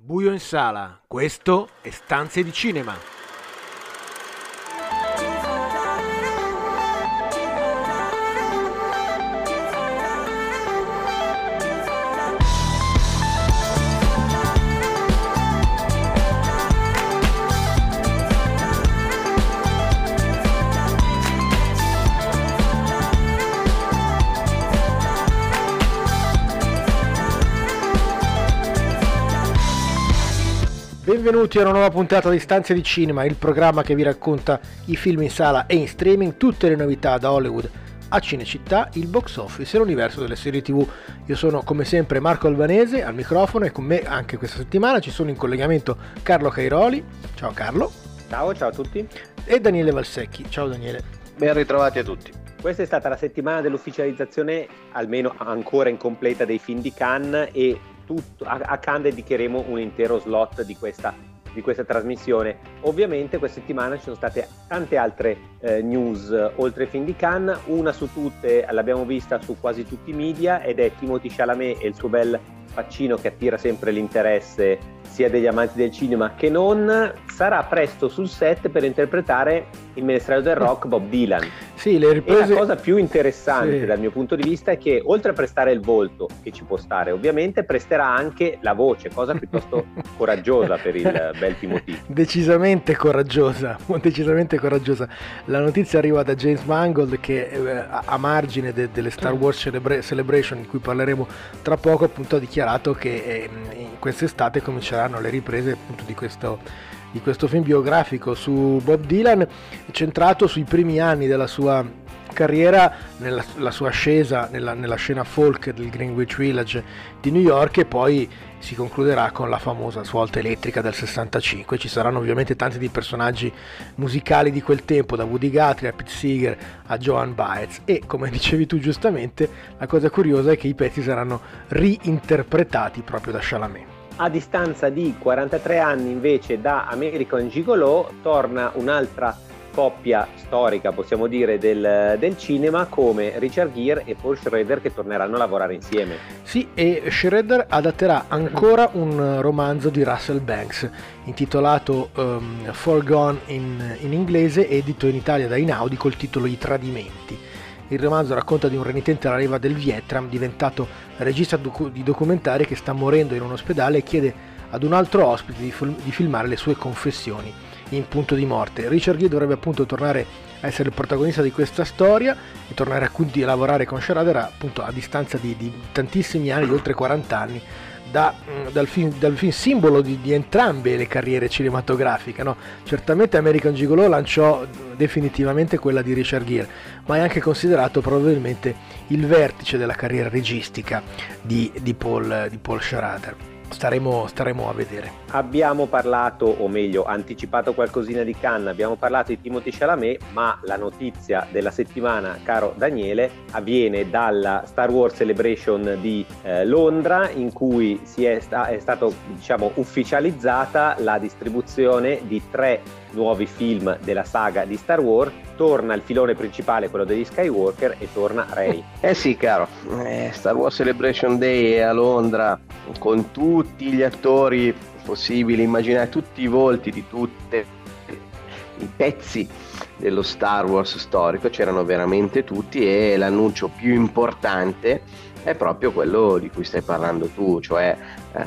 Buio in sala, questo è Stanze di Cinema. Benvenuti a una nuova puntata di Stanze di Cinema, il programma che vi racconta i film in sala e in streaming, tutte le novità da Hollywood a Cinecittà, il box office e l'universo delle serie TV. Io sono come sempre Marco Albanese al microfono e con me anche questa settimana ci sono in collegamento Carlo Cairoli. Ciao Carlo. Ciao a tutti. E Daniele Valsecchi. Ciao Daniele. Ben ritrovati a tutti. Questa è stata la settimana dell'ufficializzazione, almeno ancora incompleta, dei film di Cannes e a Cannes dedicheremo un intero slot di questa trasmissione. Ovviamente questa settimana ci sono state tante altre news oltre ai film di Cannes. Una su tutte l'abbiamo vista su quasi tutti i media ed è Timothée Chalamet e il suo bel faccino che attira sempre l'interesse sia degli amanti del cinema che non. Sarà presto sul set per interpretare il menestrello del rock Bob Dylan. Sì, le riprese... E la cosa più interessante sì, dal mio punto di vista è che oltre a prestare il volto, che ci può stare ovviamente, presterà anche la voce, cosa piuttosto coraggiosa per il bel Timothée. Decisamente coraggiosa. La notizia arriva da James Mangold che a margine delle Star Wars Celebration, di cui parleremo tra poco, appunto ha dichiarato che in quest'estate cominceranno le riprese appunto di questo film biografico su Bob Dylan, centrato sui primi anni della sua carriera, la sua ascesa nella scena folk del Greenwich Village di New York, e poi si concluderà con la famosa svolta elettrica del 65. Ci saranno ovviamente tanti di personaggi musicali di quel tempo, da Woody Guthrie a Pete Seeger a Joan Baez, e come dicevi tu giustamente, la cosa curiosa è che i pezzi saranno reinterpretati proprio da Chalamet. A distanza di 43 anni invece da American Gigolo torna un'altra coppia storica, possiamo dire, del cinema, come Richard Gere e Paul Schrader, che torneranno a lavorare insieme. Sì, e Schrader adatterà ancora un romanzo di Russell Banks intitolato Foregone in inglese, edito in Italia da Einaudi col titolo I Tradimenti. Il romanzo racconta di un renitente alla riva del Vietnam, diventato regista di documentari, che sta morendo in un ospedale e chiede ad un altro ospite di filmare le sue confessioni in punto di morte. Richard Gere dovrebbe appunto tornare a essere il protagonista di questa storia e tornare quindi a lavorare con Schrader appunto a distanza di tantissimi anni, di oltre 40 anni, dal film simbolo di entrambe le carriere cinematografiche, no? Certamente American Gigolo lanciò definitivamente quella di Richard Gere, ma è anche considerato probabilmente il vertice della carriera registica di Paul Schrader. Staremo a vedere. Abbiamo parlato, o meglio anticipato qualcosina di Cannes, abbiamo parlato di Timothée Chalamet, ma la notizia della settimana, caro Daniele, avviene dalla Star Wars Celebration di Londra, in cui è stato ufficializzata la distribuzione di 3 nuovi film della saga di Star Wars. Torna il filone principale, quello degli Skywalker, e torna Rey. Sì, caro, Star Wars Celebration Day a Londra, con tutti gli attori possibili, immaginare tutti i volti di tutti i pezzi dello Star Wars storico, c'erano veramente tutti, e l'annuncio più importante è proprio quello di cui stai parlando tu, cioè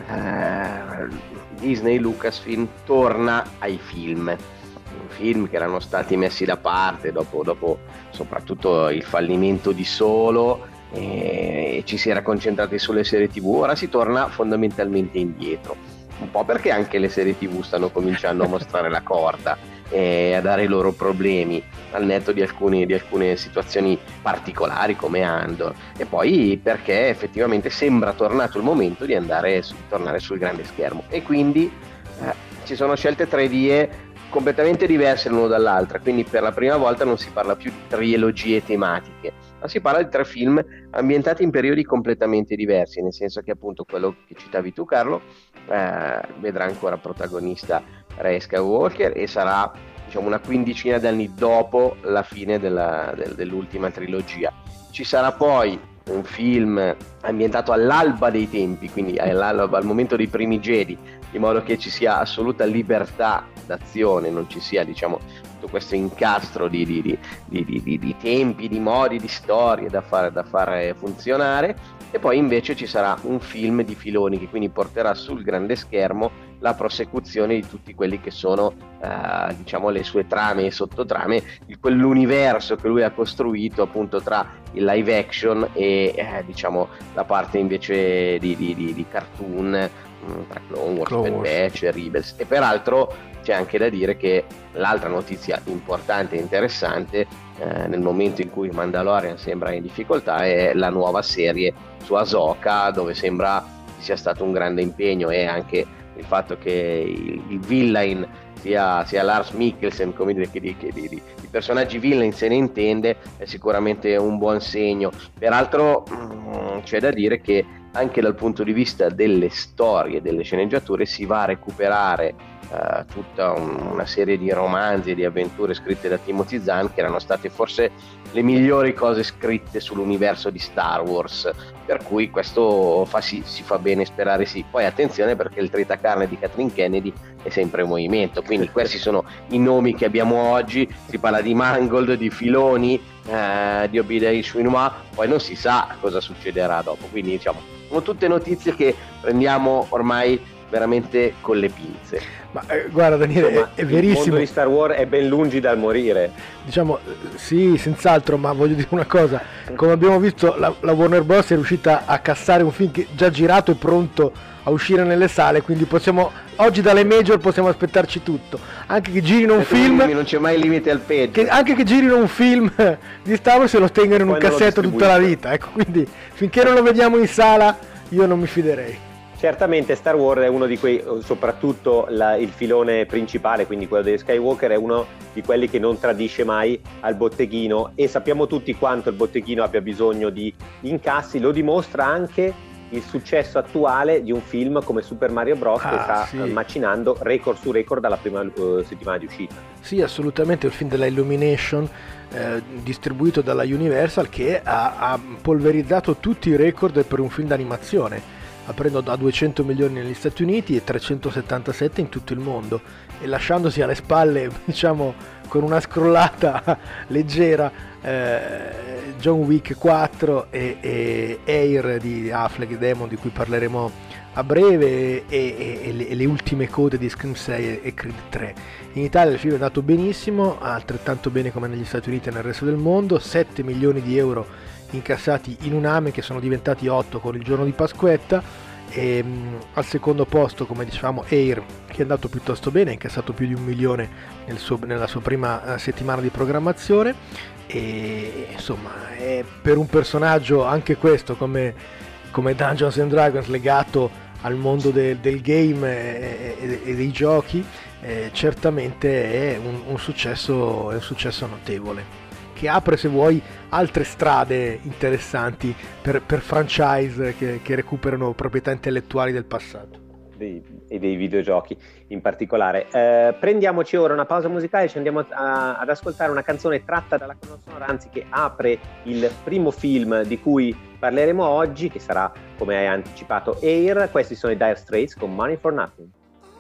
Disney Lucasfilm torna ai film che erano stati messi da parte dopo soprattutto il fallimento di Solo, e ci si era concentrati sulle serie TV. Ora si torna fondamentalmente indietro, un po' perché anche le serie TV stanno cominciando a mostrare la corda e a dare i loro problemi, al netto di alcune situazioni particolari come Andor, e poi perché effettivamente sembra tornato il momento di tornare sul grande schermo, e quindi ci sono scelte 3 vie completamente diverse l'uno dall'altra, quindi per la prima volta non si parla più di trilogie tematiche, ma si parla di 3 film ambientati in periodi completamente diversi, nel senso che appunto quello che citavi tu, Carlo, vedrà ancora protagonista Rey Skywalker, e sarà una quindicina d'anni dopo la fine dell'ultima trilogia. Ci sarà poi un film ambientato all'alba dei tempi, quindi al momento dei primi Jedi, in modo che ci sia assoluta libertà d'azione, non ci sia, diciamo, tutto questo incastro di tempi, di modi, di storie da fare funzionare. E poi invece ci sarà un film di Filoni che quindi porterà sul grande schermo la prosecuzione di tutti quelli che sono diciamo le sue trame e sottotrame, di quell'universo che lui ha costruito appunto tra il live action e diciamo la parte invece di cartoon, tra Clone Wars, Bad Batch e Rebels. E peraltro c'è anche da dire che l'altra notizia importante e interessante nel momento in cui Mandalorian sembra in difficoltà è la nuova serie su Ahsoka, dove sembra ci sia stato un grande impegno, e anche il fatto che il villain sia Lars Mikkelsen, come dire, che di personaggi villain se ne intende, è sicuramente un buon segno. Peraltro c'è da dire che anche dal punto di vista delle storie, delle sceneggiature, si va a recuperare tutta una serie di romanzi e di avventure scritte da Timothy Zahn, che erano state forse le migliori cose scritte sull'universo di Star Wars, per cui questo si fa bene sperare. Sì, poi attenzione, perché il tritacarne di Kathleen Kennedy è sempre in movimento, quindi questi sono i nomi che abbiamo oggi. Si parla di Mangold, di Filoni, di Obiday Chouinua, poi non si sa cosa succederà dopo, quindi diciamo sono tutte notizie che prendiamo ormai veramente con le pinze. Ma guarda Daniele, insomma, è verissimo. Il mondo di Star Wars è ben lungi dal morire. Diciamo sì, senz'altro, ma voglio dire una cosa, come abbiamo visto la Warner Bros. È riuscita a cassare un film che già girato e pronto a uscire nelle sale, quindi possiamo oggi dalle major possiamo aspettarci tutto, anche che girino un film, non c'è mai limite al peggio, anche che girino un film di Star Wars e lo tengano in un cassetto tutta la vita, ecco, quindi finché non lo vediamo in sala io non mi fiderei. Certamente Star Wars è uno di quei, soprattutto il filone principale, quindi quello degli Skywalker, è uno di quelli che non tradisce mai al botteghino, e sappiamo tutti quanto il botteghino abbia bisogno di incassi. Lo dimostra anche il successo attuale di un film come Super Mario Bros. Che sta macinando record su record dalla prima settimana di uscita. Sì, assolutamente, il film della Illumination, distribuito dalla Universal, che ha polverizzato tutti i record per un film d'animazione, aprendo da 200 milioni negli Stati Uniti e 377 in tutto il mondo, e lasciandosi alle spalle, diciamo, con una scrollata leggera, John Wick 4 e Air di Affleck e Damon, di cui parleremo a breve, e le ultime code di Scream 6 e Creed 3. In Italia il film è andato benissimo, altrettanto bene come negli Stati Uniti e nel resto del mondo. 7 milioni di euro incassati in un anno, che sono diventati 8 con il giorno di Pasquetta, e al secondo posto, come dicevamo, Air, che è andato piuttosto bene, ha incassato più di 1 milione nella sua prima settimana di programmazione, e insomma è per un personaggio anche questo come Dungeons and Dragons legato al mondo del game e dei giochi, certamente è un successo notevole, che apre, se vuoi, altre strade interessanti per franchise che recuperano proprietà intellettuali del passato. E dei videogiochi in particolare. Prendiamoci ora una pausa musicale e ci andiamo ad ascoltare una canzone tratta dalla colonna sonora, anzi che apre il primo film di cui parleremo oggi, che sarà, come hai anticipato, Air. Questi sono i Dire Straits con Money for Nothing.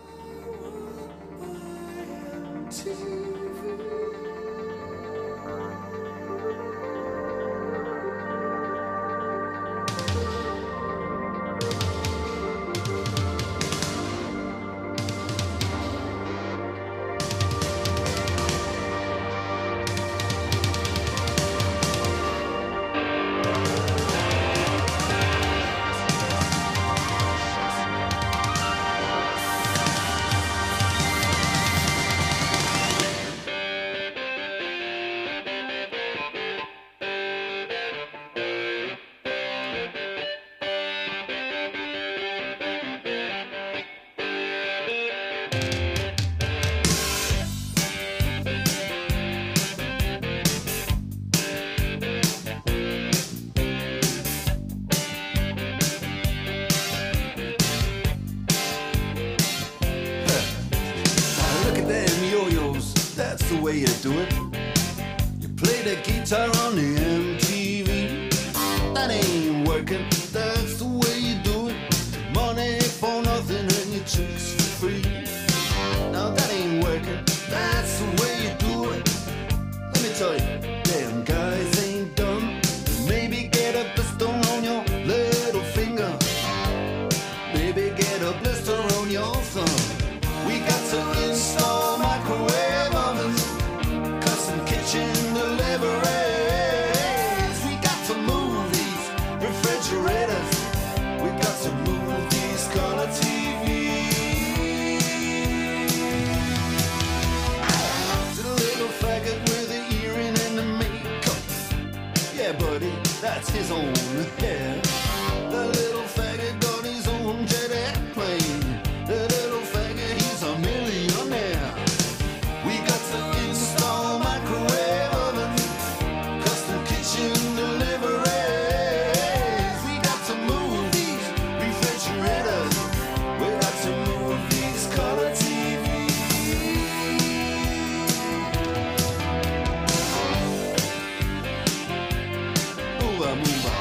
the way you do it. You play the guitar on the MTV. That ain't working, that's the way you do it. Money for nothing and your chicks free. Now that ain't working, that's the way you do it. Let me tell you, damn guys ain't dumb. Maybe get a blister on your little finger. Maybe get a blister on your thumb. We got to install microwave ovens, custom kitchen deliveries. We got to move these refrigerators. We got to move these color TVs. To the little faggot with the earring and the makeup. Yeah, buddy, that's his own hair. The little faggot got his own jet airplane. The little faggot, he's a millionaire. We got to install microwave oven, custom kitchen deliveries. We got to move these refrigerators. We got to move these color TVs. Move move huh.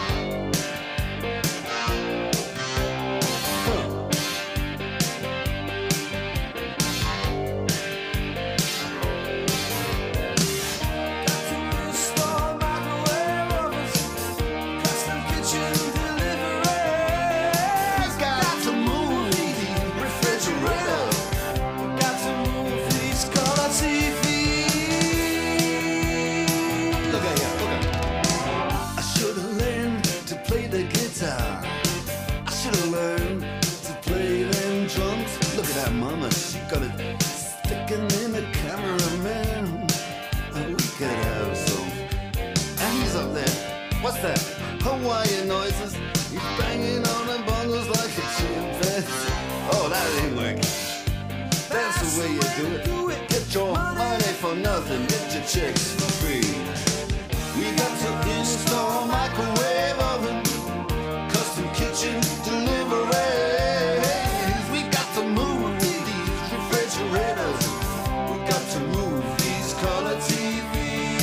Mama, she got it sticking in the cameraman. Oh, we could have some. And he's up there. What's that? Hawaiian noises. He's banging on the bongos like a chimpanzee. Oh, that ain't working. That's the way you do it. Get your money for nothing. Get your chicks for free. We got to install microwave oven, custom kitchen deliveries. We got to move these refrigerators. We got to move these color TVs.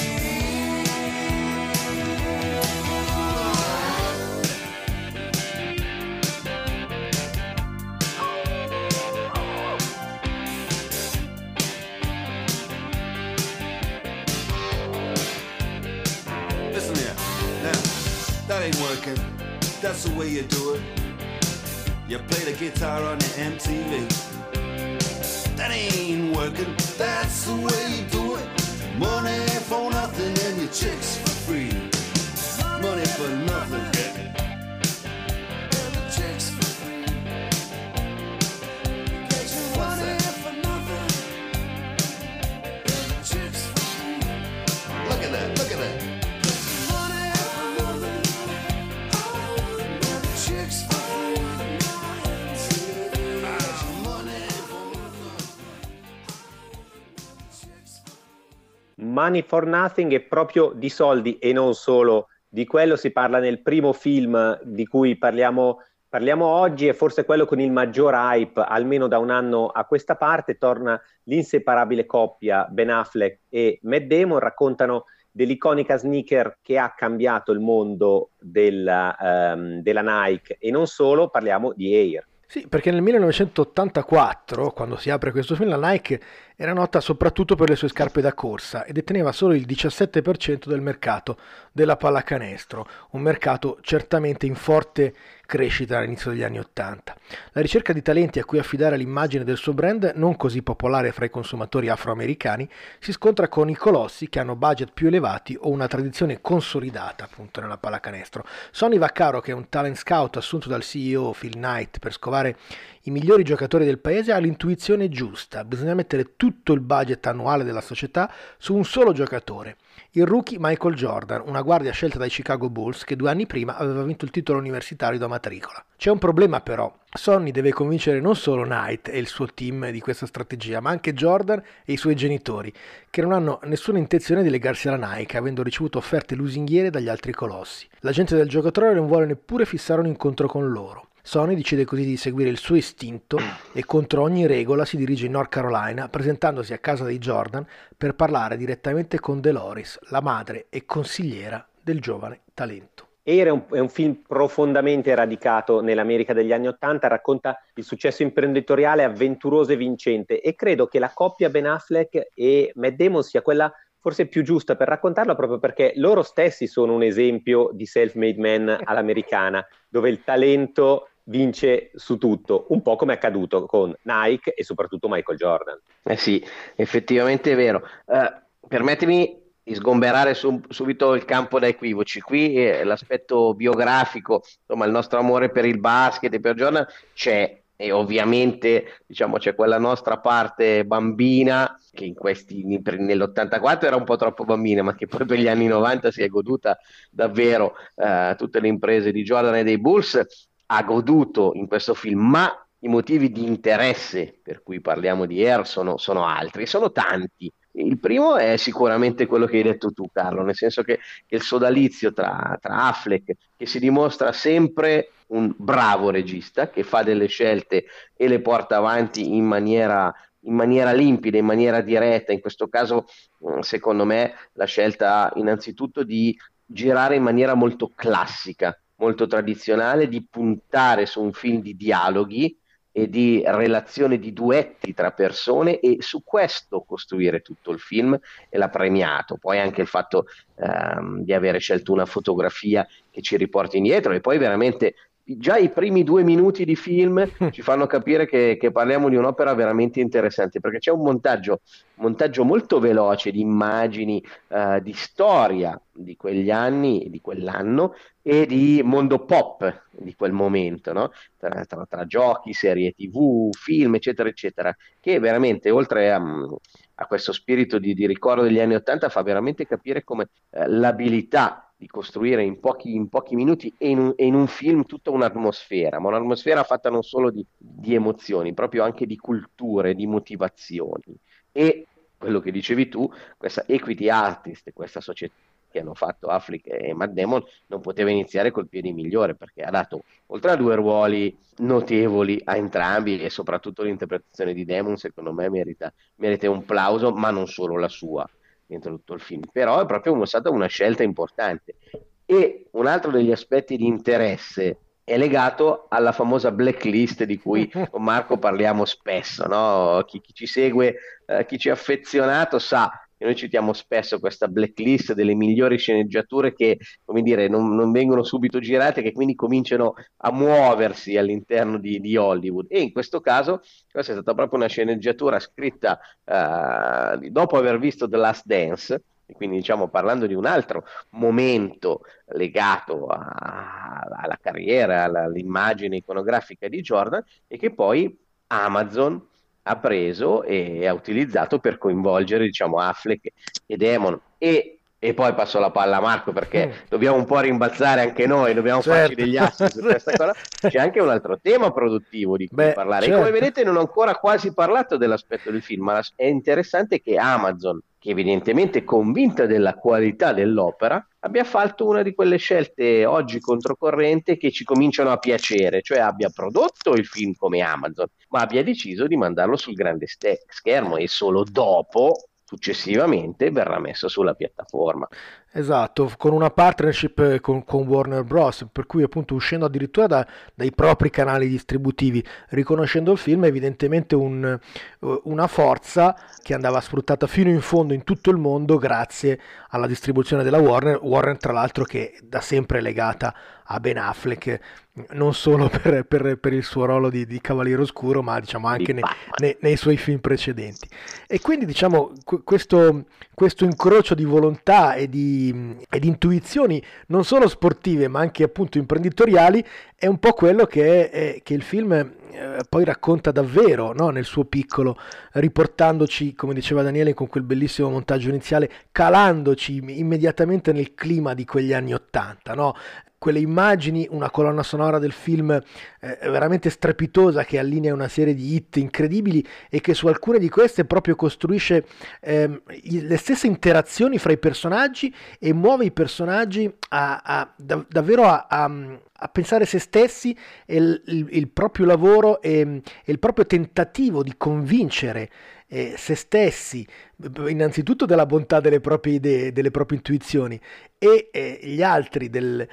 Listen here, now, that ain't working. That's the way you do it. You play the guitar on the MTV. That ain't working. That's the way you do it. Money for nothing and your chicks for free. Money for nothing. And the chicks for free. Get your money for nothing. And the chicks for free. Look at that, look at that. Money for nothing. And the chicks for free. Money for Nothing è proprio di soldi e non solo di quello si parla nel primo film di cui parliamo oggi, e forse quello con il maggior hype, almeno da un anno a questa parte. Torna l'inseparabile coppia Ben Affleck e Matt Damon, raccontano dell'iconica sneaker che ha cambiato il mondo della Nike e non solo, parliamo di Air. Sì, perché nel 1984, quando si apre questo film, la Nike era nota soprattutto per le sue scarpe da corsa e deteneva solo il 17% del mercato della pallacanestro, un mercato certamente in forte crescita all'inizio degli anni '80. La ricerca di talenti a cui affidare l'immagine del suo brand, non così popolare fra i consumatori afroamericani, si scontra con i colossi che hanno budget più elevati o una tradizione consolidata appunto nella pallacanestro. Sonny Vaccaro, che è un talent scout assunto dal CEO Phil Knight per scovare i migliori giocatori del paese, ha l'intuizione giusta: bisogna mettere tutto il budget annuale della società su un solo giocatore, il rookie Michael Jordan, una guardia scelta dai Chicago Bulls che 2 anni prima aveva vinto il titolo universitario da matricola. C'è un problema però: Sonny deve convincere non solo Knight e il suo team di questa strategia, ma anche Jordan e i suoi genitori, che non hanno nessuna intenzione di legarsi alla Nike, avendo ricevuto offerte lusinghiere dagli altri colossi. L'agente del giocatore non vuole neppure fissare un incontro con loro. Sonny decide così di seguire il suo istinto e contro ogni regola si dirige in North Carolina, presentandosi a casa dei Jordan per parlare direttamente con Dolores, la madre e consigliera del giovane talento. Air è un film profondamente radicato nell'America degli anni '80, racconta il successo imprenditoriale avventuroso e vincente, e credo che la coppia Ben Affleck e Matt Damon sia quella forse più giusta per raccontarla, proprio perché loro stessi sono un esempio di self-made man all'americana, dove il talento vince su tutto, un po' come è accaduto con Nike e soprattutto Michael Jordan. Eh sì, effettivamente è vero. Permettimi di sgomberare subito il campo da equivoci. Qui l'aspetto biografico, insomma, il nostro amore per il basket e per Jordan c'è, e ovviamente diciamo c'è quella nostra parte bambina che nell'84 era un po' troppo bambina, ma che poi per gli anni 90 si è goduta davvero tutte le imprese di Jordan e dei Bulls, ha goduto in questo film, ma i motivi di interesse per cui parliamo di Air sono altri, sono tanti. Il primo è sicuramente quello che hai detto tu, Carlo, nel senso che il sodalizio tra Affleck, che si dimostra sempre un bravo regista, che fa delle scelte e le porta avanti in maniera limpida, in maniera diretta. In questo caso, secondo me, la scelta innanzitutto di girare in maniera molto classica, molto tradizionale, di puntare su un film di dialoghi e di relazione di duetti tra persone, e su questo costruire tutto il film, e l'ha premiato. Poi anche il fatto di avere scelto una fotografia che ci riporti indietro, e poi veramente già i primi 2 minuti di film ci fanno capire che parliamo di un'opera veramente interessante, perché c'è un montaggio molto veloce di immagini, di storia di quegli anni, di quell'anno, e di mondo pop di quel momento, no? Tra giochi, serie TV, film, eccetera, eccetera, che veramente, oltre a questo spirito di ricordo degli anni '80, fa veramente capire come l'abilità di costruire in pochi minuti e in un film tutta un'atmosfera, ma un'atmosfera fatta non solo di emozioni, proprio anche di culture, di motivazioni. E quello che dicevi tu, questa equity artist, questa società che hanno fatto Affleck e Matt Damon, non poteva iniziare col piede migliore, perché ha dato, oltre a 2 ruoli notevoli a entrambi, e soprattutto l'interpretazione di Damon secondo me merita un plauso, ma non solo la sua dentro tutto il film, però è proprio stata una scelta importante. E un altro degli aspetti di interesse è legato alla famosa blacklist di cui con Marco parliamo spesso, no? Chi ci segue, chi ci è affezionato sa che noi citiamo spesso questa blacklist delle migliori sceneggiature che, come dire, non vengono subito girate, che quindi cominciano a muoversi all'interno di Hollywood. E in questo caso questa è stata proprio una sceneggiatura scritta dopo aver visto The Last Dance, e quindi diciamo parlando di un altro momento legato alla carriera, all'immagine iconografica di Jordan, e che poi Amazon ha preso e ha utilizzato per coinvolgere, diciamo, Affleck e Damon. E poi passo la palla a Marco, perché dobbiamo un po' rimbalzare anche noi, dobbiamo farci degli assi su questa cosa. C'è anche un altro tema produttivo di cui parlare. Certo. E come vedete non ho ancora quasi parlato dell'aspetto del film, ma è interessante che Amazon, che evidentemente è convinta della qualità dell'opera, abbia fatto una di quelle scelte oggi controcorrente che ci cominciano a piacere, cioè abbia prodotto il film come Amazon, ma abbia deciso di mandarlo sul grande schermo, e solo dopo, successivamente, verrà messo sulla piattaforma. Esatto, con una partnership con Warner Bros., per cui appunto uscendo addirittura dai propri canali distributivi, riconoscendo il film evidentemente una forza che andava sfruttata fino in fondo in tutto il mondo grazie alla distribuzione della Warner tra l'altro che da sempre è legata a Ben Affleck, non solo per il suo ruolo di Cavaliere Oscuro, ma diciamo anche nei suoi film precedenti. E quindi diciamo questo incrocio di volontà e di intuizioni non solo sportive ma anche appunto imprenditoriali è un po' quello che il film poi racconta davvero, no? Nel suo piccolo, riportandoci, come diceva Daniele, con quel bellissimo montaggio iniziale, calandoci immediatamente nel clima di quegli anni '80, no? Quelle immagini, una colonna sonora del film veramente strepitosa che allinea una serie di hit incredibili e che su alcune di queste proprio costruisce le stesse interazioni fra i personaggi e muove i personaggi davvero a a pensare se stessi e il proprio lavoro e il proprio tentativo di convincere se stessi, innanzitutto della bontà delle proprie idee, delle proprie intuizioni, e gli altri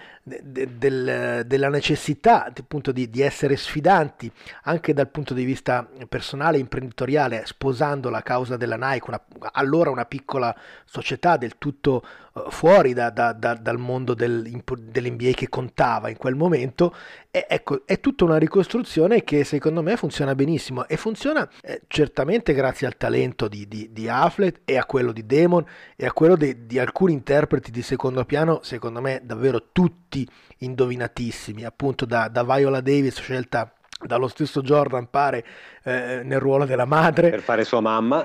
della necessità appunto di essere sfidanti anche dal punto di vista personale e imprenditoriale, sposando la causa della Nike, allora una piccola società del tutto fuori dal mondo dell'NBA che contava in quel momento. Ecco, è tutta una ricostruzione che secondo me funziona benissimo, e funziona certamente grazie al talento di Affleck e a quello di Damon e a quello di alcuni interpreti di secondo piano, secondo me davvero tutti indovinatissimi, appunto da Viola Davis, scelta dallo stesso Jordan, pare, nel ruolo della madre, per fare sua mamma,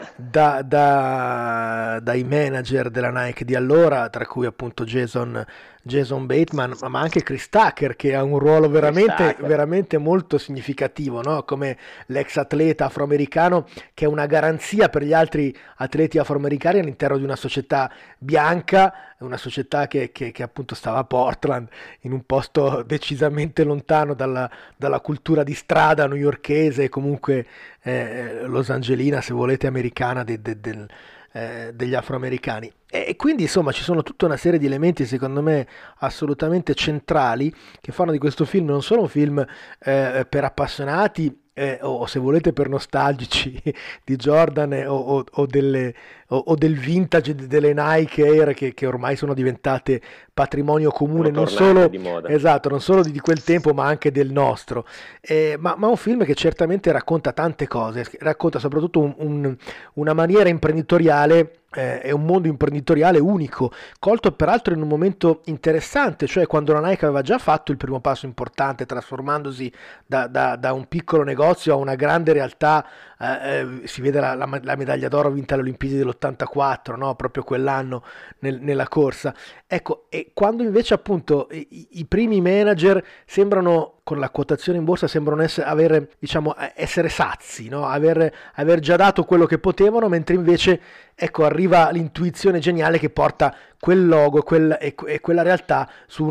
dai manager della Nike di allora, tra cui appunto Jason Bateman, ma anche Chris Tucker, che ha un ruolo veramente molto significativo, no? Come l'ex atleta afroamericano, che è una garanzia per gli altri atleti afroamericani all'interno di una società bianca, una società che appunto stava a Portland, in un posto decisamente lontano dalla cultura di strada newyorkese, comunque Los Angelina, se volete, americana degli afroamericani. E quindi insomma ci sono tutta una serie di elementi secondo me assolutamente centrali che fanno di questo film non solo un film per appassionati o se volete per nostalgici di Jordan o del vintage delle Nike Air che ormai sono diventate patrimonio comune, non solo di moda. Esatto, non solo di quel tempo ma anche del nostro, ma un film che certamente racconta tante cose, racconta soprattutto una maniera imprenditoriale, è un mondo imprenditoriale unico, colto peraltro in un momento interessante, cioè quando la Nike aveva già fatto il primo passo importante, trasformandosi da un piccolo negozio a una grande realtà. Si vede la medaglia d'oro vinta alle Olimpiadi dell'84, no? Proprio quell'anno nella corsa. Ecco, e quando invece appunto i primi manager sembrano, con la quotazione in borsa, sembrano essere sazi, no? Aver già dato quello che potevano, mentre invece ecco arriva l'intuizione geniale che porta quel logo e quella realtà su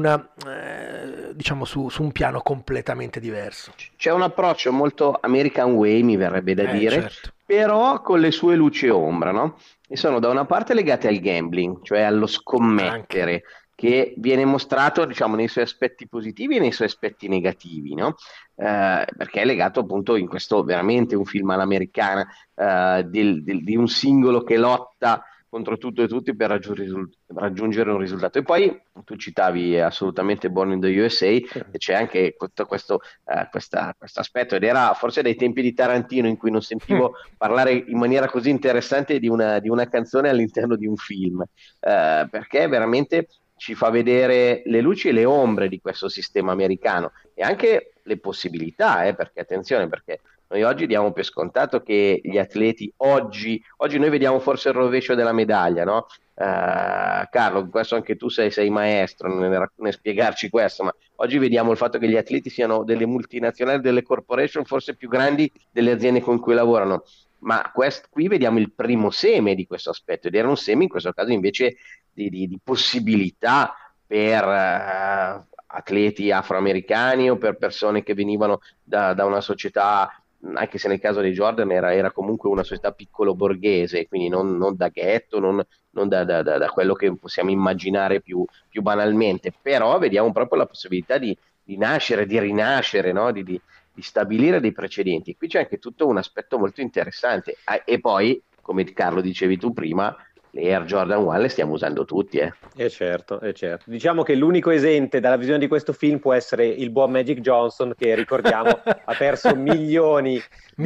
un piano completamente diverso. C'è un approccio molto American Way, mi verrebbe da dire, certo. però con le sue luci e ombra, no? E sono da una parte legate al gambling, cioè allo scommettere, che viene mostrato, diciamo, nei suoi aspetti positivi e nei suoi aspetti negativi, no? Perché è legato appunto in questo veramente un film all'americana, di un singolo che lotta contro tutto e tutti per raggiungere un risultato. E poi tu citavi assolutamente Born in the USA, e c'è anche tutto questo aspetto, ed era forse dai tempi di Tarantino in cui non sentivo parlare in maniera così interessante di una canzone all'interno di un film, perché veramente ci fa vedere le luci e le ombre di questo sistema americano e anche le possibilità, perché attenzione, perché noi oggi diamo per scontato che gli atleti oggi noi vediamo forse il rovescio della medaglia, no? Carlo, questo anche tu sei maestro nel spiegarci questo, ma oggi vediamo il fatto che gli atleti siano delle multinazionali, delle corporation forse più grandi delle aziende con cui lavorano, ma qui vediamo il primo seme di questo aspetto, ed era un seme in questo caso invece di possibilità per atleti afroamericani o per persone che venivano da una società, anche se nel caso di Jordan era comunque una società piccolo borghese, quindi non da ghetto, non da quello che possiamo immaginare più banalmente, però vediamo proprio la possibilità di nascere, di rinascere, no? Di stabilire dei precedenti. Qui c'è anche tutto un aspetto molto interessante, e poi, come Carlo dicevi tu prima, le Air Jordan 1 le stiamo usando tutti. Certo. Diciamo che l'unico esente dalla visione di questo film può essere il buon Magic Johnson, che ricordiamo ha perso miliardi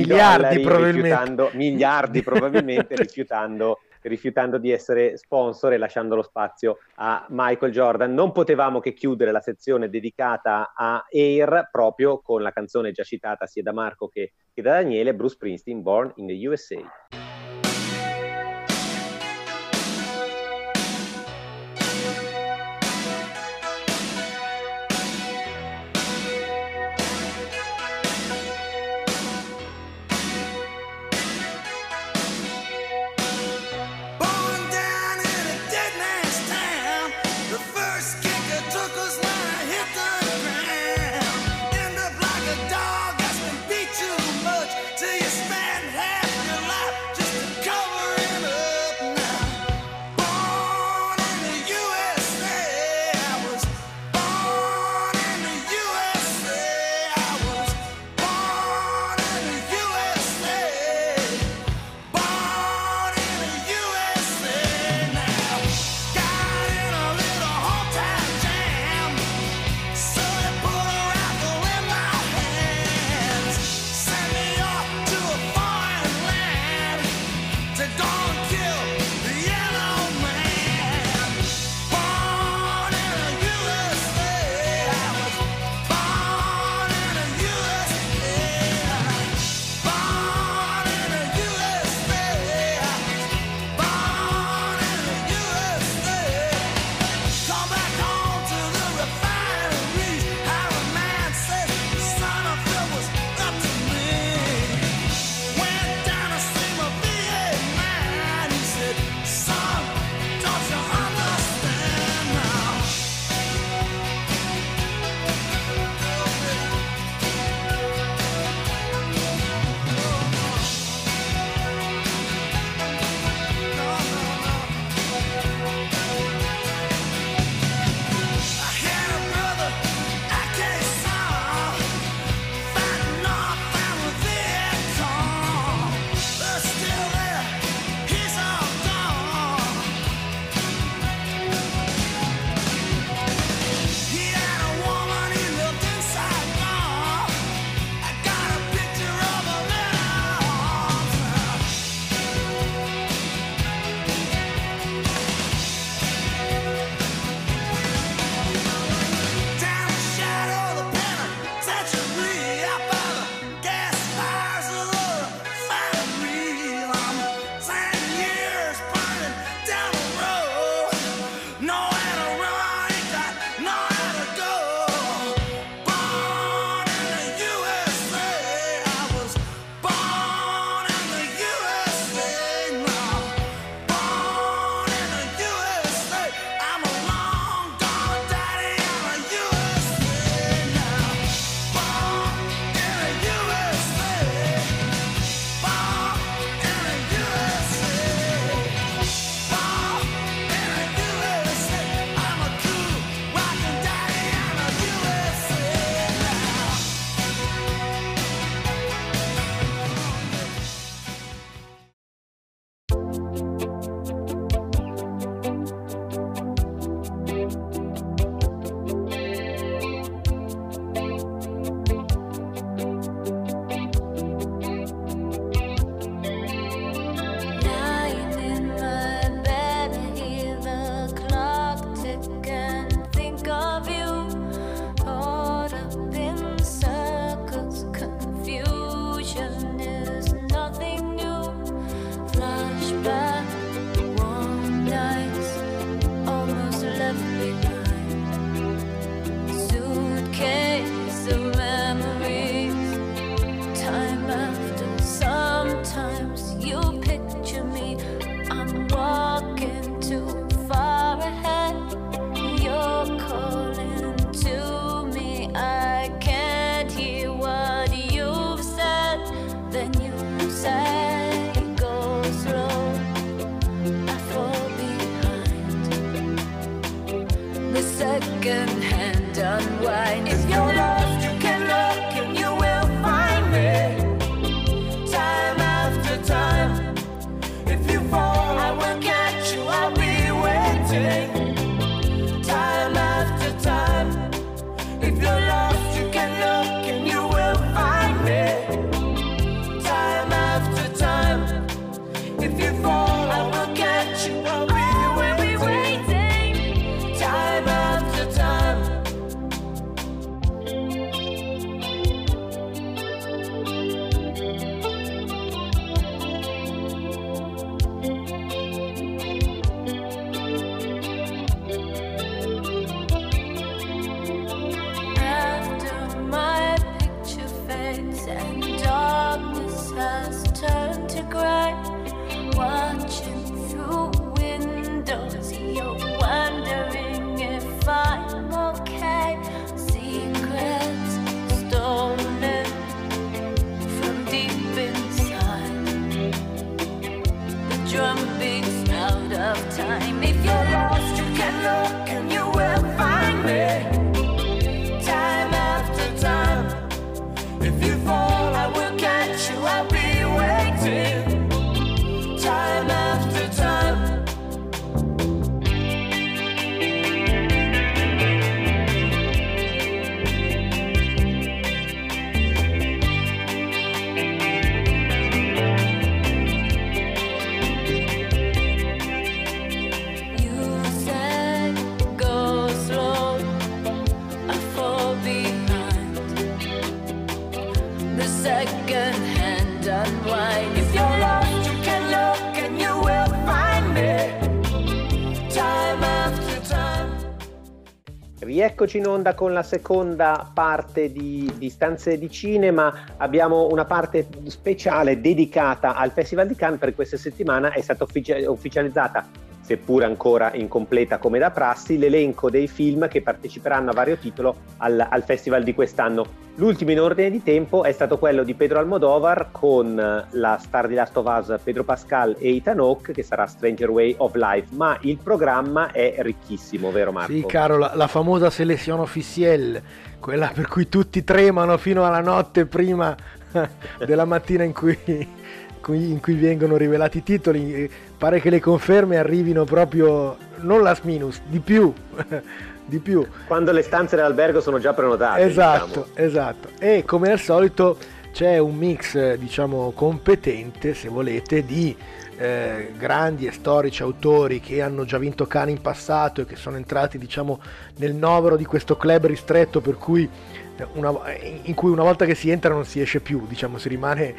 probabilmente rifiutando di essere sponsor e lasciando lo spazio a Michael Jordan. Non potevamo che chiudere la sezione dedicata a Air proprio con la canzone già citata sia da Marco che da Daniele, Bruce Springsteen, Born in the USA. Took us when I hit the ground. unwind. If you're lost, you can look and you will find me. Time after time. If you fall, I will catch you, I'll be waiting. Time after time. If you're lost, you can look and you will find me. Time after time. If you fall, I will catch you, I'll be waiting. Time after time. After my picture fades and darkness has turned to gray, watching through windows, you're wondering if I'm okay. Secrets stolen from deep inside. The drum beats out of time. If you're lost, you can look and you will find me. Time after time. If you fall, I will catch you, I'll be waiting. Time after time. You said go slow, I fall behind. The second hand unwind. If you're lost, you can look and you will find me. Time after time. Rieccoci in onda con la seconda parte di Stanze di Cinema. Abbiamo una parte speciale dedicata al Festival di Cannes. Per questa settimana è stata ufficializzata, seppur ancora incompleta come da prassi, l'elenco dei film che parteciperanno a vario titolo al festival di quest'anno. L'ultimo in ordine di tempo è stato quello di Pedro Almodovar con la star di Last of Us Pedro Pascal e Ethan Hawke, che sarà Stranger Way of Life, ma il programma è ricchissimo, vero Marco? Sì, caro, la famosa selezione officielle, quella per cui tutti tremano fino alla notte prima della mattina in cui vengono rivelati i titoli. Pare che le conferme arrivino proprio non last minute, di più. Di più. Quando le stanze dell'albergo sono già prenotate. Esatto, diciamo. esatto. E come al solito c'è un mix, diciamo, competente, se volete, di grandi e storici autori che hanno già vinto Cannes in passato e che sono entrati, diciamo, nel novero di questo club ristretto per cui in cui una volta che si entra non si esce più, diciamo, si rimane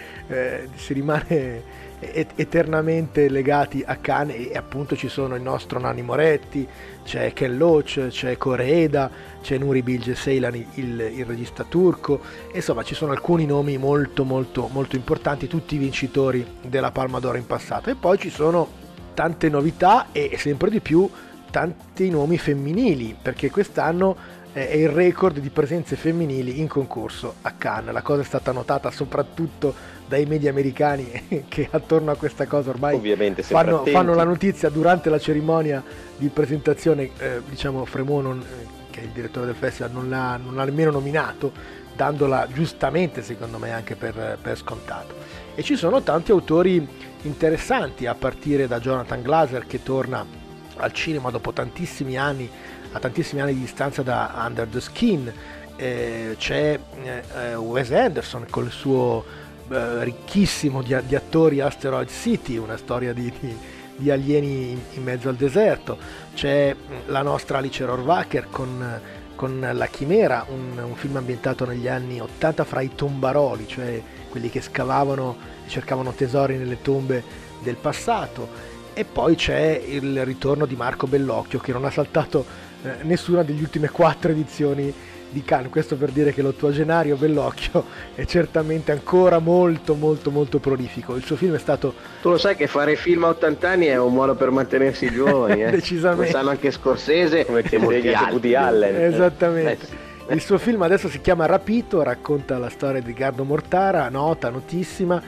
eternamente legati a Cannes. E appunto ci sono il nostro Nanni Moretti, c'è Ken Loach, c'è Koreeda, c'è Nuri Bilge Ceylan, il regista turco. Insomma, ci sono alcuni nomi molto molto molto importanti, tutti vincitori della Palma d'Oro in passato. E poi ci sono tante novità e sempre di più tanti nomi femminili, perché quest'anno è il record di presenze femminili in concorso a Cannes. La cosa è stata notata soprattutto dai media americani che attorno a questa cosa ormai ovviamente fanno la notizia durante la cerimonia di presentazione. Diciamo, Fremont, che è il direttore del festival, non l'ha nemmeno nominato, dandola giustamente secondo me anche per scontato. E ci sono tanti autori interessanti, a partire da Jonathan Glaser, che torna al cinema dopo tantissimi anni di distanza da Under the Skin. C'è Wes Anderson con il suo ricchissimo di attori Asteroid City, una storia di alieni in mezzo al deserto. C'è la nostra Alice Rohrwacher con La Chimera, un film ambientato negli anni 80 fra i tombaroli, cioè quelli che scavavano e cercavano tesori nelle tombe del passato. E poi c'è il ritorno di Marco Bellocchio, che non ha saltato nessuna delle ultime 4 edizioni di Cannes. Questo per dire che l'ottuagenario Bellocchio è certamente ancora molto molto molto prolifico. Il suo film è stato... Tu lo sai che fare film a 80 anni è un modo per mantenersi giovani, Decisamente. Lo sanno anche Scorsese, come ti insegna Woody Allen. Esattamente. Il suo film adesso si chiama Rapito, racconta la storia di Gardo Mortara, notissima,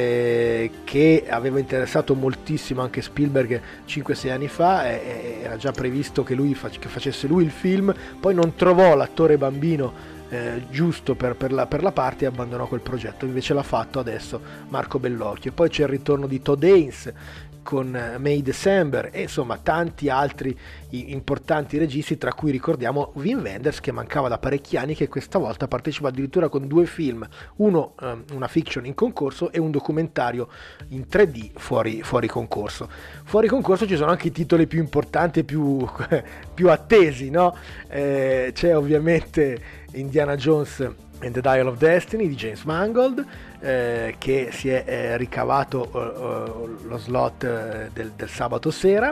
che aveva interessato moltissimo anche Spielberg 5-6 anni fa. Era già previsto che che facesse lui il film, poi non trovò l'attore bambino giusto per la parte e abbandonò quel progetto. Invece l'ha fatto adesso Marco Bellocchio. Poi c'è il ritorno di Todd Haynes con May December e insomma tanti altri importanti registi, tra cui ricordiamo Wim Wenders, che mancava da parecchi anni, che questa volta partecipa addirittura con 2 film, uno una fiction in concorso e un documentario in 3D fuori concorso. Fuori concorso ci sono anche i titoli più importanti e più attesi, no? C'è ovviamente Indiana Jones and the Dial of Destiny di James Mangold, che si è ricavato lo slot del sabato sera.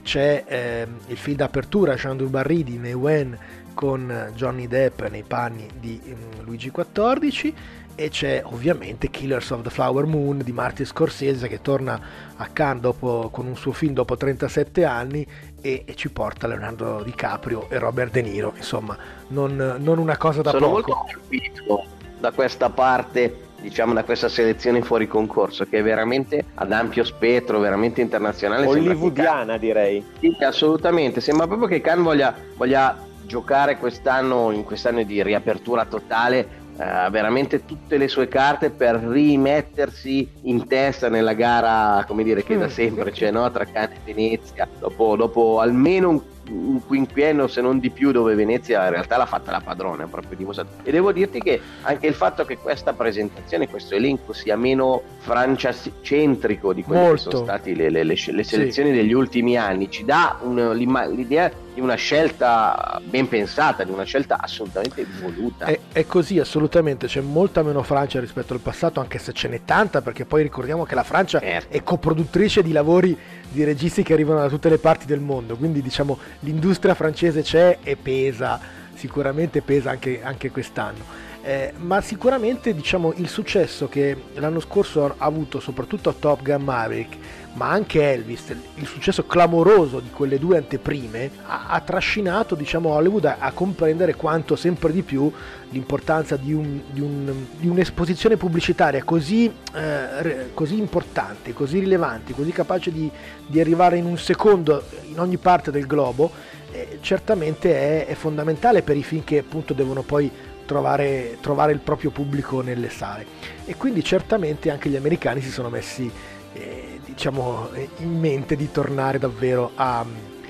C'è il film d'apertura Jean du Barry di May Wen con Johnny Depp nei panni di Luigi XIV, e c'è ovviamente Killers of the Flower Moon di Martin Scorsese, che torna a Cannes con un suo film dopo 37 anni e ci porta Leonardo DiCaprio e Robert De Niro. Insomma, non una cosa da Sono poco. molto colpito da questa parte, diciamo, da questa selezione fuori concorso, che è veramente ad ampio spettro, veramente internazionale, hollywoodiana, direi. Sì, assolutamente, sembra proprio che Cannes voglia giocare quest'anno, in quest'anno di riapertura totale, veramente tutte le sue carte per rimettersi in testa nella gara, come dire, che da sempre c'è, no? Tra Cannes e Venezia, dopo almeno un quinquennio, se non di più, dove Venezia in realtà l'ha fatta la padrona, proprio dimostrato. E devo dirti che anche il fatto che questa presentazione, questo elenco sia meno franciacentrico di quelle che sono stati le selezioni degli ultimi anni, ci dà l'idea di una scelta ben pensata, di una scelta assolutamente voluta. È così, assolutamente, c'è molta meno Francia rispetto al passato, anche se ce n'è tanta, perché poi ricordiamo che la Francia è coproduttrice di lavori di registi che arrivano da tutte le parti del mondo, quindi diciamo l'industria francese c'è e pesa, sicuramente pesa anche quest'anno. Ma sicuramente, diciamo, il successo che l'anno scorso ha avuto soprattutto Top Gun Maverick, ma anche Elvis, il successo clamoroso di quelle 2 anteprime ha trascinato, diciamo, Hollywood a comprendere quanto sempre di più l'importanza di un'esposizione pubblicitaria così importante, così rilevante, così capace di arrivare in un secondo in ogni parte del globo, certamente è fondamentale per i film che appunto devono poi trovare il proprio pubblico nelle sale. E quindi certamente anche gli americani si sono messi diciamo in mente di tornare davvero a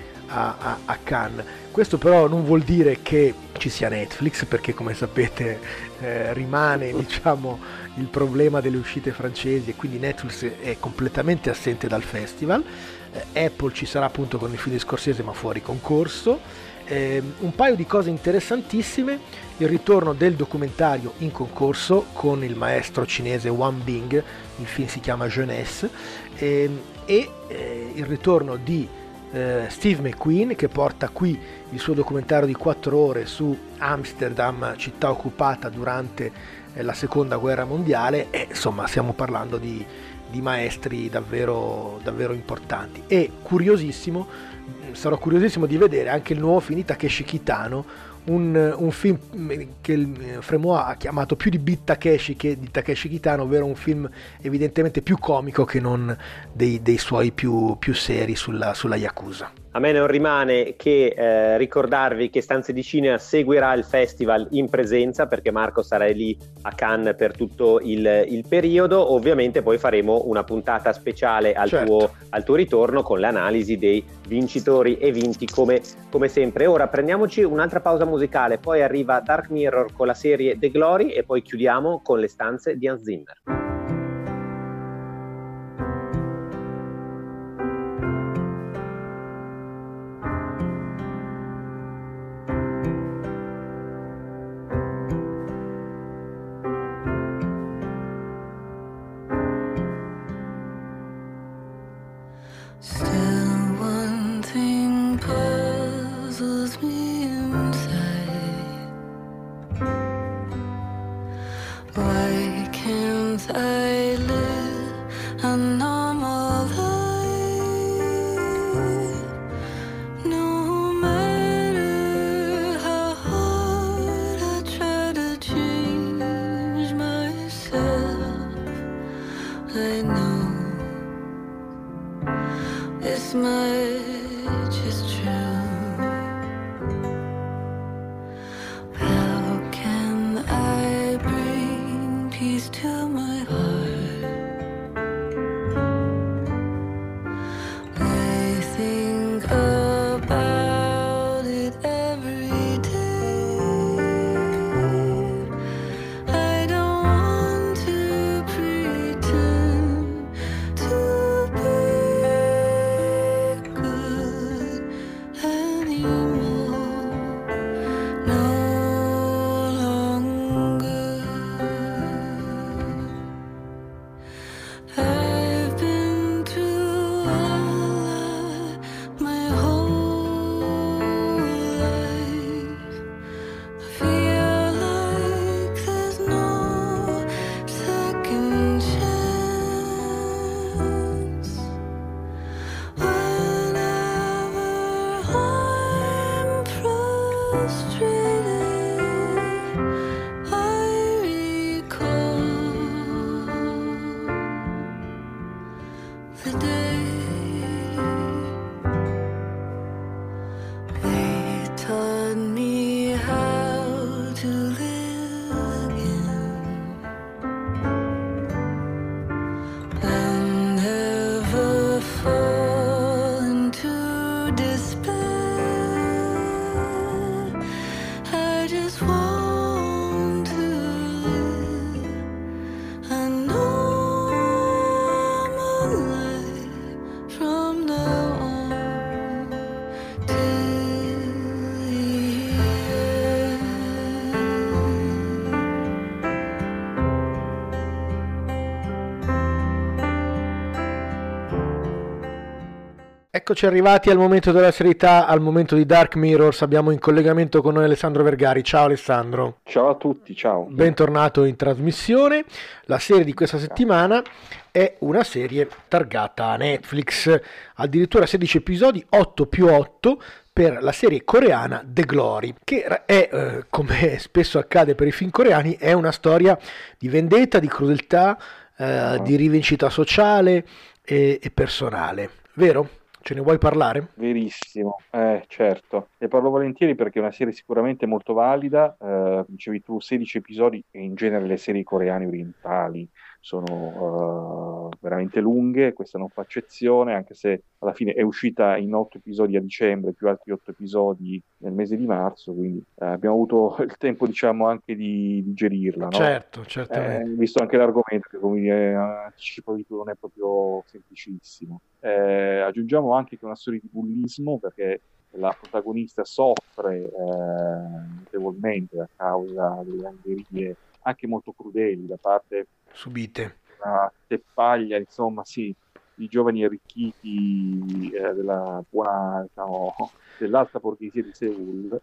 Cannes. Questo però non vuol dire che ci sia Netflix, perché come sapete rimane, diciamo, il problema delle uscite francesi, e quindi Netflix è completamente assente dal festival. Apple ci sarà appunto con il film di Scorsese, ma fuori concorso. Un paio di cose interessantissime: il ritorno del documentario in concorso con il maestro cinese Wang Bing, il film si chiama Jeunesse, e il ritorno di Steve McQueen, che porta qui il suo documentario di 4 ore su Amsterdam, città occupata durante la seconda guerra mondiale. E insomma stiamo parlando di maestri davvero importanti. E sarò curiosissimo di vedere anche il nuovo film di Takeshi Kitano, un film che il Frémaux ha chiamato più di Beat Takeshi che di Takeshi Kitano, ovvero un film evidentemente più comico che non dei suoi più seri sulla Yakuza. A me non rimane che ricordarvi che Stanze di Cinema seguirà il festival in presenza, perché Marco sarà lì a Cannes per tutto il periodo. Ovviamente poi faremo una puntata speciale al tuo ritorno, con l'analisi dei vincitori e vinti come sempre. Ora prendiamoci un'altra pausa musicale, poi arriva Dark Mirror con la serie The Glory e poi chiudiamo con le stanze di Hans Zimmer. Still, one thing puzzles me inside. Why can't I live a normal life? No matter how hard I This much is true. How can I bring peace to my heart? I think about it every day. I don't want to pretend to be good anymore. No longer. I've been through a lot my whole life. I feel like there's no second chance. Whenever I'm frustrated, I recall the day they taught me how to live again and never fall into despair. I just want to live a normal life from now on till the end. Eccoci arrivati al momento della serietà, al momento di Dark Mirrors. Abbiamo in collegamento con noi Alessandro Vergari. Ciao Alessandro. Ciao a tutti, ciao. Bentornato in trasmissione. La serie di questa settimana è una serie targata a Netflix, addirittura 16 episodi, 8 più 8 per la serie coreana The Glory, che è, come spesso accade per i film coreani, è una storia di vendetta, di crudeltà, di rivincita sociale e personale, vero? Ce ne vuoi parlare? Verissimo, certo. Ne parlo volentieri perché è una serie sicuramente molto valida. Dicevi tu, 16 episodi e in genere le serie coreane orientali sono veramente lunghe, questa non fa eccezione, anche se alla fine è uscita in 8 episodi a dicembre, più altri 8 episodi nel mese di marzo, quindi abbiamo avuto il tempo, diciamo, anche di digerirla, no? Certo, certamente. Visto anche l'argomento, che come anticipavi tu non è proprio semplicissimo. Aggiungiamo anche che è una storia di bullismo, perché la protagonista soffre notevolmente a causa delle angherie anche molto crudeli da parte Subite. una teppaglia, insomma, sì, di giovani arricchiti della buona, diciamo, dell'alta borghesia di Seoul,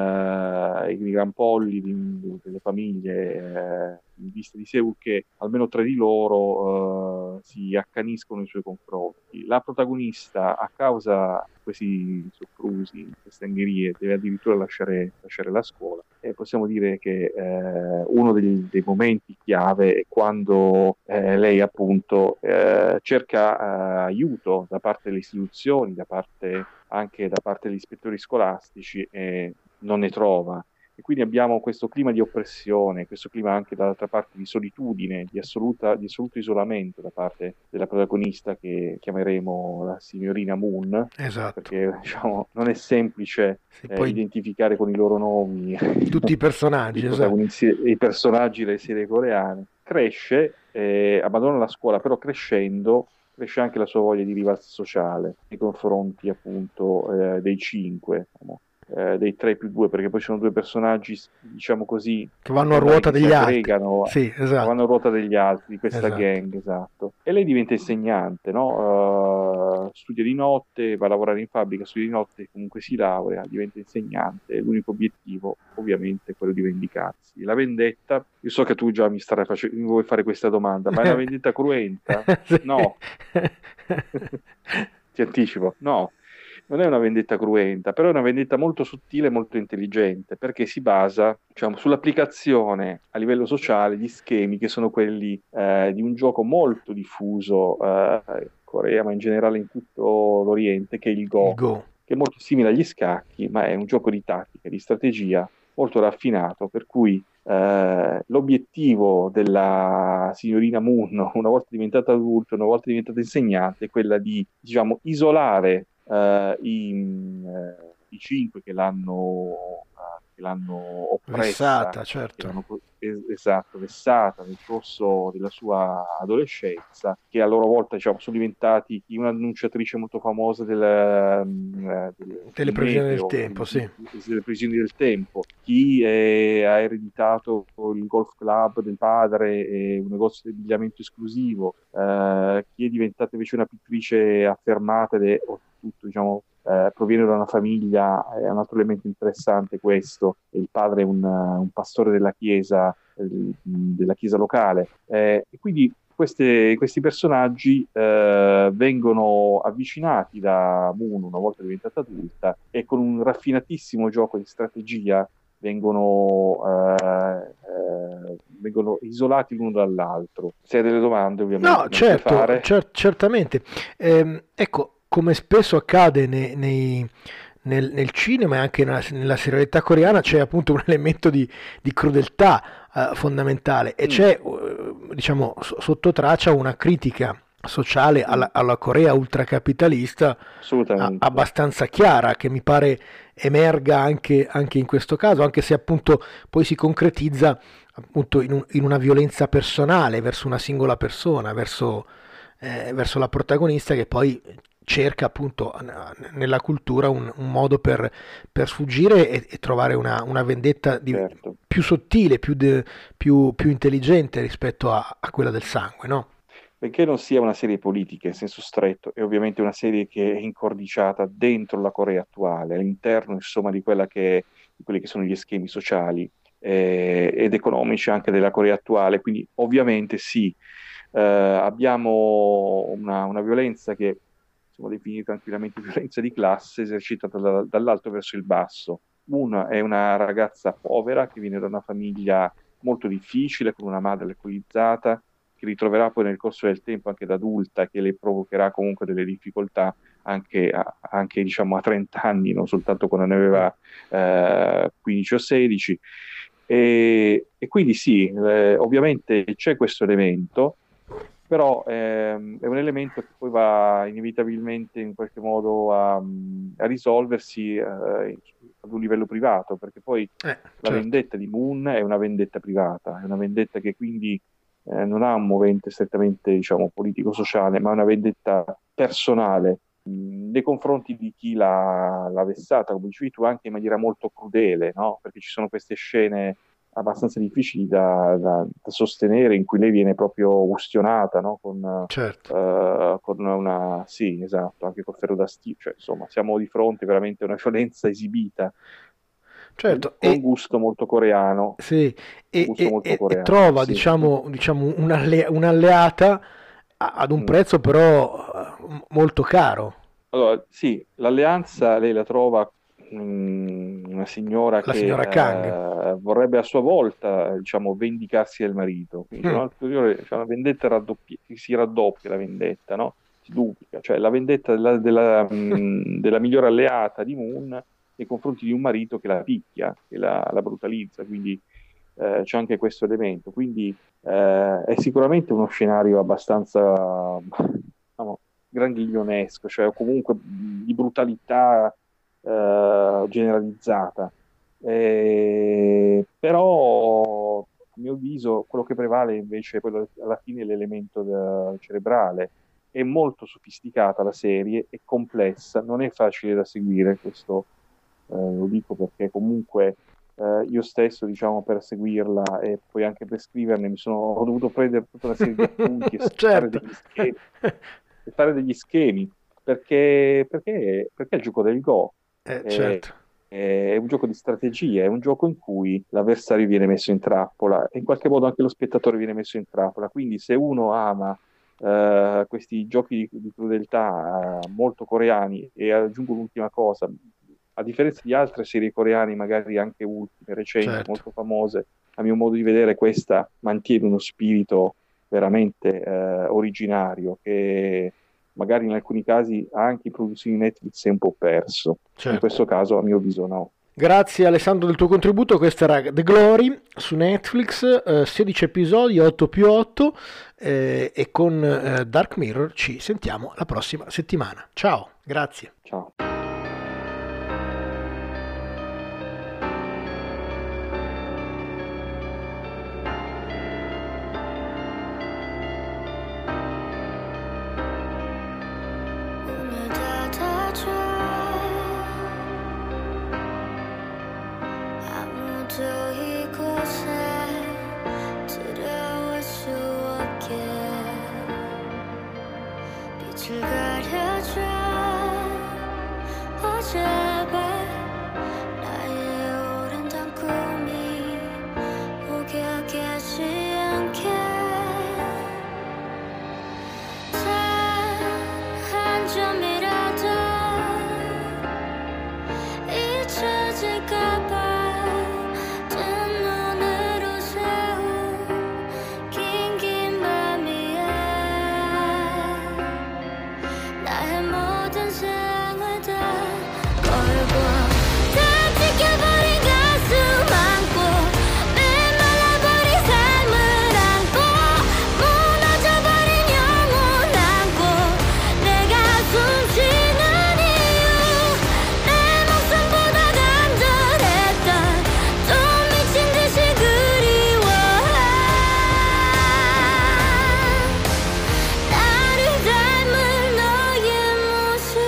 i gran polli delle famiglie in vista di Seoul, che almeno 3 di loro si accaniscono nei suoi confronti. La protagonista, a causa di questi soprusi, queste angherie, deve addirittura lasciare la scuola. E possiamo dire che uno dei momenti chiave è quando lei appunto cerca aiuto da parte delle istituzioni, anche da parte degli ispettori scolastici, e non ne trova. E quindi abbiamo questo clima di oppressione, questo clima anche dall'altra parte di solitudine, di assoluto isolamento da parte della protagonista, che chiameremo la signorina Moon. Esatto. Perché, diciamo, non è semplice Poi identificare con i loro nomi tutti i personaggi, esatto. i personaggi delle serie coreane. Cresce, abbandona la scuola, però crescendo cresce anche la sua voglia di rivalsa sociale nei confronti appunto dei 5, diciamo, dei 3 più 2, perché poi ci sono 2 personaggi, diciamo così, che vanno a ruota degli altri. Sì, esatto. Vanno a ruota degli altri, di questa gang, esatto. E lei diventa insegnante, no? Studia di notte, va a lavorare in fabbrica, studia di notte, comunque si laurea, diventa insegnante. L'unico obiettivo ovviamente è quello di vendicarsi. La vendetta, io so che tu già mi vuoi fare questa domanda, ma è una vendetta cruenta? Sì. No. Ti anticipo, no. Non è una vendetta cruenta, però è una vendetta molto sottile e molto intelligente, perché si basa, diciamo, sull'applicazione a livello sociale di schemi che sono quelli di un gioco molto diffuso in Corea, ma in generale in tutto l'Oriente, che è il Il Go, Go. che è molto simile agli scacchi, ma è un gioco di tattica, di strategia molto raffinato, per cui l'obiettivo della signorina Moon, una volta diventata adulta, una volta diventata insegnante, è quella di, diciamo, isolare i cinque che l'hanno oppressa, Vessata, che certo. l'hanno esatto, vessata nel corso della sua adolescenza, che a loro volta, diciamo, sono diventati chi un'annunciatrice molto famosa Delle del previsioni del meteo, tempo, sì. delle previsioni del tempo, chi ha ereditato il golf club del padre e un negozio di abbigliamento esclusivo, chi è diventata invece una pittrice affermata ed è oltretutto, diciamo, proviene da una famiglia, è un altro elemento interessante questo, il padre è un pastore della chiesa locale, e quindi questi personaggi vengono avvicinati da Moon una volta diventata adulta e con un raffinatissimo gioco di strategia vengono isolati l'uno dall'altro. Se hai delle domande, ovviamente No, me le puoi certo, fare. certamente. Ecco, come spesso accade nel cinema e anche nella serialità coreana, c'è appunto un elemento di crudeltà fondamentale e c'è, diciamo, sotto traccia una critica sociale alla Corea ultracapitalista Assolutamente. abbastanza chiara, che mi pare emerga anche in questo caso, anche se appunto poi si concretizza appunto in una violenza personale verso una singola persona, verso la protagonista che poi cerca appunto nella cultura un modo per sfuggire e trovare una vendetta Certo. più sottile, più intelligente rispetto a quella del sangue, no? Benché non sia una serie politica in senso stretto, è ovviamente una serie che è incordiciata dentro la Corea attuale, all'interno insomma di di quelli che sono gli schemi sociali ed economici anche della Corea attuale, quindi ovviamente sì, abbiamo una violenza che possiamo definire tranquillamente violenza di classe esercitata dall'alto verso il basso. Una è una ragazza povera che viene da una famiglia molto difficile, con una madre alcolizzata, che ritroverà poi nel corso del tempo anche da adulta, che le provocherà comunque delle difficoltà anche diciamo a 30 anni, non soltanto quando ne aveva 15 o 16. E quindi sì, ovviamente c'è questo elemento, però è un elemento che poi va inevitabilmente in qualche modo a risolversi ad un livello privato, perché poi la Certo. vendetta di Moon è una vendetta privata, è una vendetta che quindi non ha un movente strettamente, diciamo, politico-sociale, ma una vendetta personale nei confronti di chi l'ha vessata, come dicevi tu, anche in maniera molto crudele, no? Perché ci sono queste scene abbastanza difficili da sostenere in cui lei viene proprio ustionata, no? Certo. Con una... Sì, esatto, anche col ferro da stiro, cioè, insomma, siamo di fronte veramente a una violenza esibita Certo, con gusto molto coreano. sì, Gusto molto e coreano, trova, sì. diciamo, un'alleata ad un prezzo però molto caro. Allora, sì, l'alleanza lei la trova una signora La che signora Kang. vorrebbe a sua volta, diciamo, vendicarsi del marito. Quindi c'è una vendetta che si raddoppia la vendetta, no? Si duplica, cioè la vendetta della migliore alleata di Moon nei confronti di un marito che la picchia, che la brutalizza. Quindi c'è anche questo elemento. Quindi è sicuramente uno scenario abbastanza, diciamo, grandiglionesco, cioè comunque di brutalità generalizzata. Però, a mio avviso, quello che prevale invece è alla fine l'elemento cerebrale. È molto sofisticata la serie, è complessa, non è facile da seguire, questo lo dico perché comunque io stesso, diciamo, per seguirla e poi anche per scriverne ho dovuto prendere tutta una serie di appunti e Certo. fare degli schemi, perché è il gioco del Go. Certo. È un gioco di strategia, è un gioco in cui l'avversario viene messo in trappola e in qualche modo anche lo spettatore viene messo in trappola. Quindi se uno ama questi giochi di crudeltà molto coreani, e aggiungo l'ultima cosa, a differenza di altre serie coreane, magari anche ultime, recenti, Certo. molto famose, a mio modo di vedere questa mantiene uno spirito veramente originario, che magari in alcuni casi anche i produzioni Netflix si è un po' perso. Certo. In questo caso, a mio avviso, no. Grazie Alessandro del tuo contributo. Questo era The Glory su Netflix, 16 episodi, 8+8, e con Dark Mirror ci sentiamo la prossima settimana. Ciao, grazie. Ciao. 문을 닫아줘 아무도 이곳에 들어올 수 없게 빛을 가려줘 제발 나의 오랜 꿈이 포기하지 않게 한 점이라도 잊혀질까봐 뜬 눈으로 세운 긴 밤이야 나의 모든 생을 다 걸고 다 지켜버린 가슴 안고 메말라버린 삶을 안고 무너져버린 영혼 안고 내가 숨쉬는 이유 내 목숨보다 간절했던 또 미친 듯이 그리워한 나를 닮은 너의 모습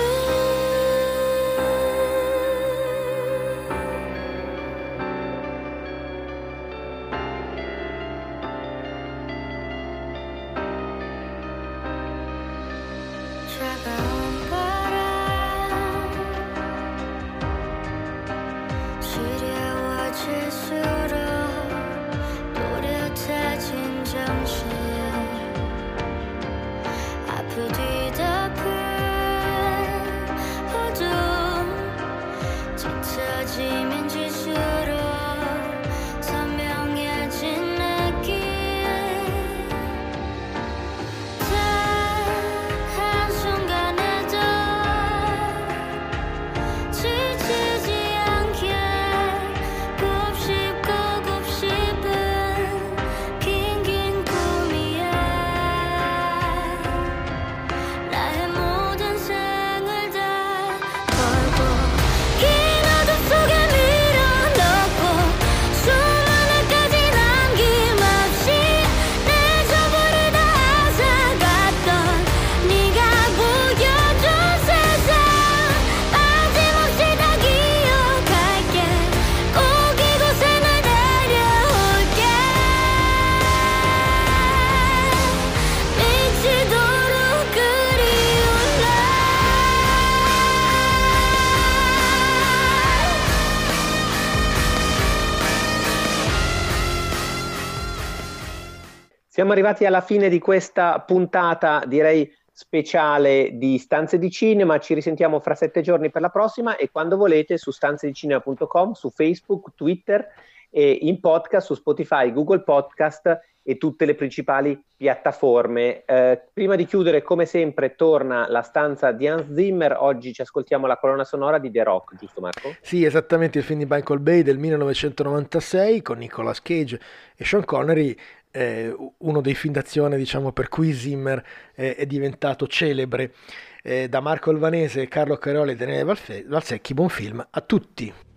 차가운 바람 시려워질수록 또렷해진 정신 앞을 뒤덮은 어둠 짙어지면 질수록 선명해진 내길 단 한순간에도 지치지 않게 곱씹고 곱씹은 긴 꿈이야 나의 모든 생을 다 걸고 긴 어둠 속에 밀어넣고 수많은까지 남김없이 내 저버리다 앗아갔던 네가 보여준 세상 빠짐없이 다 기억할게 꼭 이곳에 널 데려올게 미치도록 그리운 날 Siamo arrivati alla fine di questa puntata, direi speciale di Stanze di Cinema. Ci risentiamo fra 7 giorni per la prossima e quando volete su stanzedicinema.com, su Facebook, Twitter e in podcast su Spotify, Google Podcast e tutte le principali piattaforme. Prima di chiudere, come sempre, torna la stanza di Hans Zimmer. Oggi ci ascoltiamo la colonna sonora di The Rock, giusto Marco? Sì, esattamente, il film di Michael Bay del 1996 con Nicolas Cage e Sean Connery, uno dei film d'azione, diciamo, per cui Zimmer è diventato celebre. Da Marco Albanese, Carlo Caroli e Daniele Valsecchi, buon film a tutti.